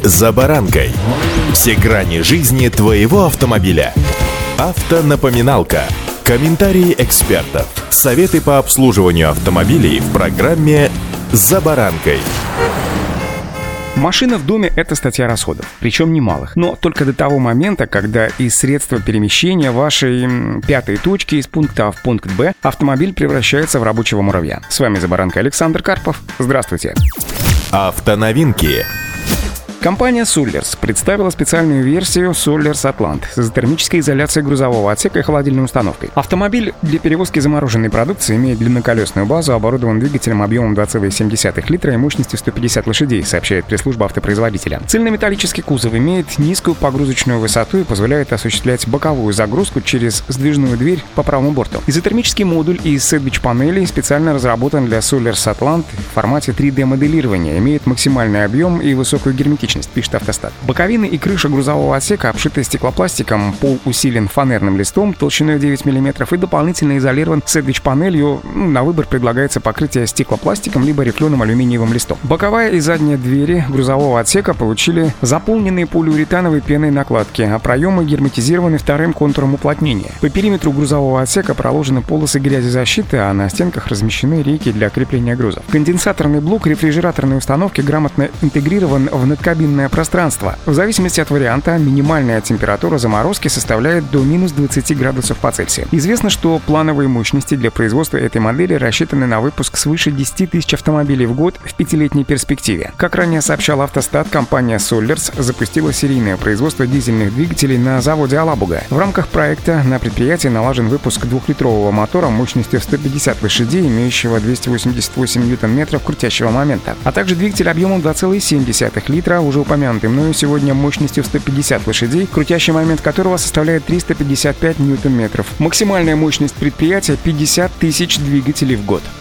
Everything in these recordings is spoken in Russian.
«За баранкой». Все грани жизни твоего автомобиля. Автонапоминалка. Комментарии экспертов. Советы по обслуживанию автомобилей в программе «За баранкой». Машина в доме — это статья расходов, причем немалых. Но только до того момента, когда из средства перемещения вашей пятой точки из пункта А в пункт Б автомобиль превращается в рабочего муравья. С вами «За баранкой» Александр Карпов. Здравствуйте. Автоновинки. Компания Sollers представила специальную версию Sollers Atlant с изотермической изоляцией грузового отсека и холодильной установкой. Автомобиль для перевозки замороженной продукции имеет длинноколесную базу, оборудован двигателем объемом 2,7 литра и мощностью 150 лошадей, сообщает пресс-служба автопроизводителя. Цельнометаллический кузов имеет низкую погрузочную высоту и позволяет осуществлять боковую загрузку через сдвижную дверь по правому борту. Изотермический модуль из сэндвич-панелей специально разработан для Sollers Atlant в формате 3D-моделирования, имеет максимальный объем и высокую герметичность, пишет Автостат. Боковины и крыша грузового отсека обшиты стеклопластиком, пол усилен фанерным листом толщиной 9 мм и дополнительно изолирован сэндвич-панелью. На выбор предлагается покрытие стеклопластиком либо рифленым алюминиевым листом. Боковая и задняя двери грузового отсека получили заполненные полиуретановой пеной накладки, а проемы герметизированы вторым контуром уплотнения. По периметру грузового отсека проложены полосы грязезащиты, а на стенках размещены рейки для крепления грузов. Конденсаторный блок рефрижераторной установки грамотно интегрирован в надкабинное пространство. В зависимости от варианта, минимальная температура заморозки составляет до минус 20 градусов по Цельсию. Известно, что плановые мощности для производства этой модели рассчитаны на выпуск свыше 10 тысяч автомобилей в год в 5-летней перспективе. Как ранее сообщал Автостат, компания Sollers запустила серийное производство дизельных двигателей на заводе Алабуга. В рамках проекта на предприятии налажен выпуск 2-литрового мотора мощностью 150 лошадей, имеющего 288 ньютон-метров крутящего момента, а также двигатель объемом 2,7 литра, уже упомянутый мною сегодня мощностью 150 лошадей, крутящий момент которого составляет 355 ньютон-метров. Максимальная мощность предприятия — 50 тысяч двигателей в год.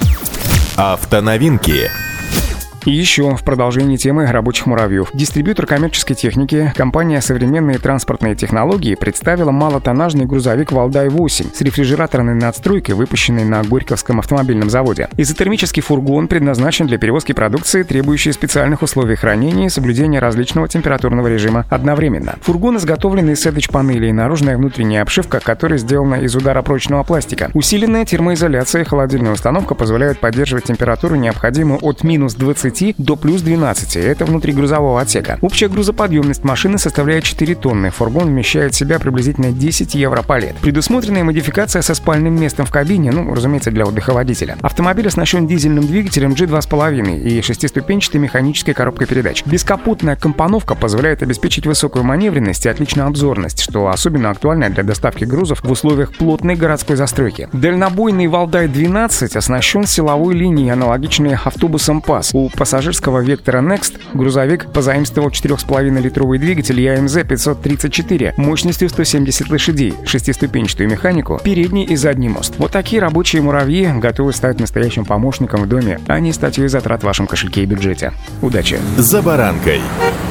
Автоновинки. И еще в продолжении темы рабочих муравьев. Дистрибьютор коммерческой техники, компания «Современные транспортные технологии» представила малотоннажный грузовик «Валдай-8» с рефрижераторной надстройкой, выпущенной на Горьковском автомобильном заводе. Изотермический фургон предназначен для перевозки продукции, требующей специальных условий хранения и соблюдения различного температурного режима одновременно. Фургон изготовлен из сэндвич-панелей, наружная и внутренняя обшивка, которая сделана из ударопрочного пластика. Усиленная термоизоляция и холодильная установка позволяют поддерживать температуру, необходимую от минус 20 до плюс 12. Это внутри грузового отсека. Общая грузоподъемность машины составляет 4 тонны. Фургон вмещает в себя приблизительно 10 европалет. Предусмотренная модификация со спальным местом в кабине, разумеется, для отдыха водителя. Автомобиль оснащен дизельным двигателем G2,5 и 6-ступенчатой механической коробкой передач. Бескапотная компоновка позволяет обеспечить высокую маневренность и отличную обзорность, что особенно актуально для доставки грузов в условиях плотной городской застройки. Дальнобойный Валдай-12 оснащен силовой линией, аналогичной автобусам ПАС. У пассажирского Vectra Next грузовик позаимствовал 4,5-литровый двигатель ЯМЗ 534 мощностью 170 лошадей, 6-ступенчатую механику, передний и задний мост. Вот такие рабочие муравьи готовы стать настоящим помощником в доме, а не статьей затрат в вашем кошельке и бюджете. Удачи! «За баранкой».